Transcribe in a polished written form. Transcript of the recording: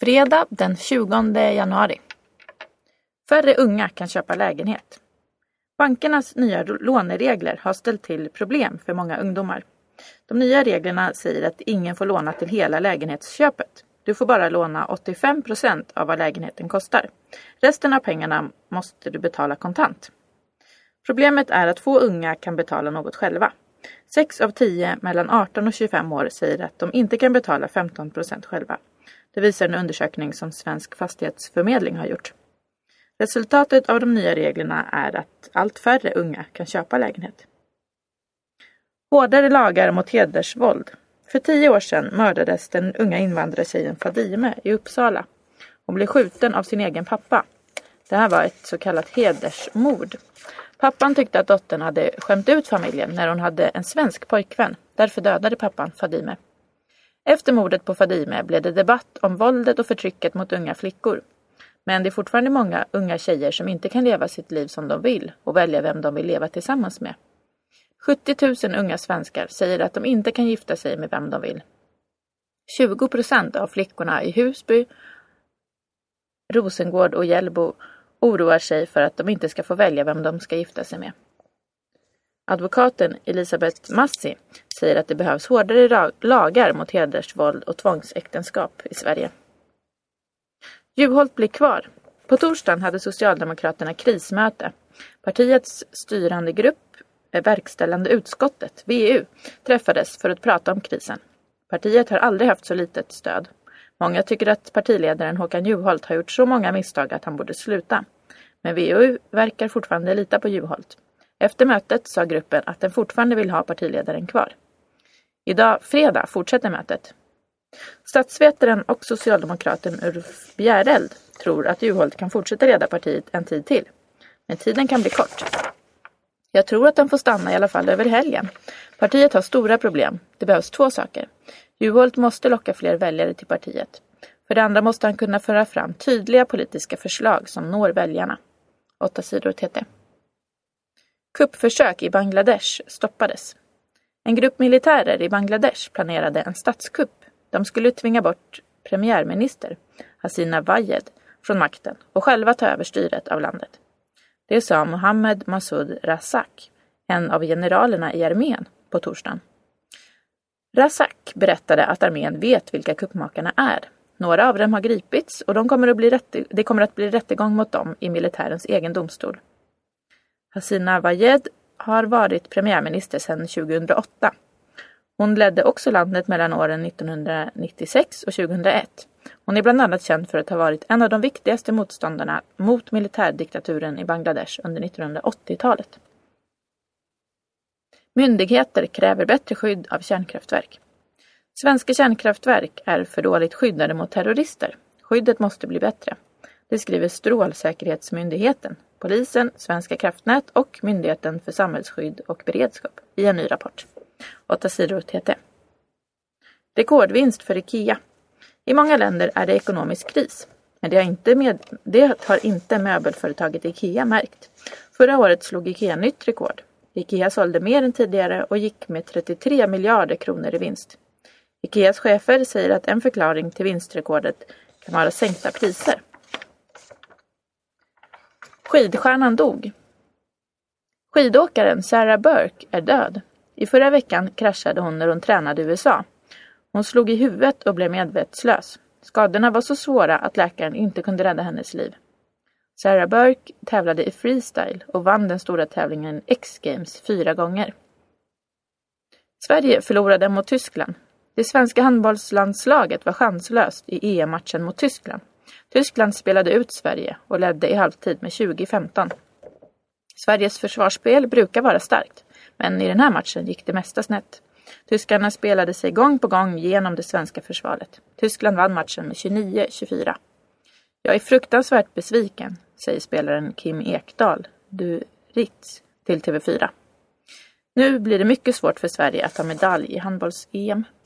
Fredag den 20 januari. Färre unga kan köpa lägenhet. Bankernas nya låneregler har ställt till problem för många ungdomar. De nya reglerna säger att ingen får låna till hela lägenhetsköpet. Du får bara låna 85% av vad lägenheten kostar. Resten av pengarna måste du betala kontant. Problemet är att få unga kan betala något själva. 6 av 10 mellan 18 och 25 år säger att de inte kan betala 15% själva. Det visar en undersökning som Svensk Fastighetsförmedling har gjort. Resultatet av de nya reglerna är att allt färre unga kan köpa lägenhet. Hårdare lagar mot hedersvåld. För 10 år sedan mördades den unga invandrartjejen Fadime i Uppsala. Hon blev skjuten av sin egen pappa. Det här var ett så kallat hedersmord. Pappan tyckte att dottern hade skämt ut familjen när hon hade en svensk pojkvän. Därför dödade pappan Fadime. Efter mordet på Fadime blev det debatt om våldet och förtrycket mot unga flickor. Men det är fortfarande många unga tjejer som inte kan leva sitt liv som de vill och välja vem de vill leva tillsammans med. 70 000 unga svenskar säger att de inte kan gifta sig med vem de vill. 20% av flickorna i Husby, Rosengård och Hjällbo oroar sig för att de inte ska få välja vem de ska gifta sig med. Advokaten Elisabeth Massi säger att det behövs hårdare lagar mot hedersvåld och tvångsäktenskap i Sverige. Juholt blir kvar. På torsdagen hade Socialdemokraterna krismöte. Partiets styrande grupp, verkställande utskottet, VU, träffades för att prata om krisen. Partiet har aldrig haft så litet stöd. Många tycker att partiledaren Håkan Juholt har gjort så många misstag att han borde sluta. Men VU verkar fortfarande lita på Juholt. Efter mötet sa gruppen att den fortfarande vill ha partiledaren kvar. Idag, fredag, fortsätter mötet. Statsvetaren och socialdemokraten Ulf Bjäreld tror att Juholt kan fortsätta leda partiet en tid till. Men tiden kan bli kort. Jag tror att de får stanna i alla fall över helgen. Partiet har stora problem. Det behövs 2 saker. Juholt måste locka fler väljare till partiet. För det andra måste han kunna föra fram tydliga politiska förslag som når väljarna. 8 sidor TT. Kuppförsök i Bangladesh stoppades. En grupp militärer i Bangladesh planerade en statskupp. De skulle tvinga bort premiärminister Hasina Wajed från makten och själva ta över styret av landet. Det sa Mohammed Massoud Razak, en av generalerna i armén, på torsdagen. Razak berättade att armén vet vilka kuppmakarna är. Några av dem har gripits och det kommer att bli rättegång mot dem i militärens egen domstol. Hasina Wajed har varit premiärminister sedan 2008. Hon ledde också landet mellan åren 1996 och 2001. Hon är bland annat känd för att ha varit en av de viktigaste motståndarna mot militärdiktaturen i Bangladesh under 1980-talet. Myndigheter kräver bättre skydd av kärnkraftverk. Svenska kärnkraftverk är för dåligt skyddade mot terrorister. Skyddet måste bli bättre. Det skriver Strålsäkerhetsmyndigheten, polisen, Svenska kraftnät och Myndigheten för samhällsskydd och beredskap i en ny rapport. 8 sidor TT. Rekordvinst för IKEA. I många länder är det ekonomisk kris. Men det har inte möbelföretaget IKEA märkt. Förra året slog IKEA nytt rekord. IKEA sålde mer än tidigare och gick med 33 miljarder kronor i vinst. IKEAs chefer säger att en förklaring till vinstrekordet kan vara sänkta priser. Skidstjärnan dog. Skidåkaren Sarah Burke är död. I förra veckan kraschade hon när hon tränade i USA. Hon slog i huvudet och blev medvetslös. Skadorna var så svåra att läkaren inte kunde rädda hennes liv. Sarah Burke tävlade i freestyle och vann den stora tävlingen X-Games 4 gånger. Sverige förlorade mot Tyskland. Det svenska handbollslandslaget var chanslöst i EM-matchen mot Tyskland. Tyskland spelade ut Sverige och ledde i halvtid med 20-15. Sveriges försvarsspel brukar vara starkt, men i den här matchen gick det mesta snett. Tyskarna spelade sig gång på gång genom det svenska försvaret. Tyskland vann matchen med 29-24. Jag är fruktansvärt besviken, säger spelaren Kim Ekdahl, du Ritz, till TV4. Nu blir det mycket svårt för Sverige att ta medalj i handbolls-EM.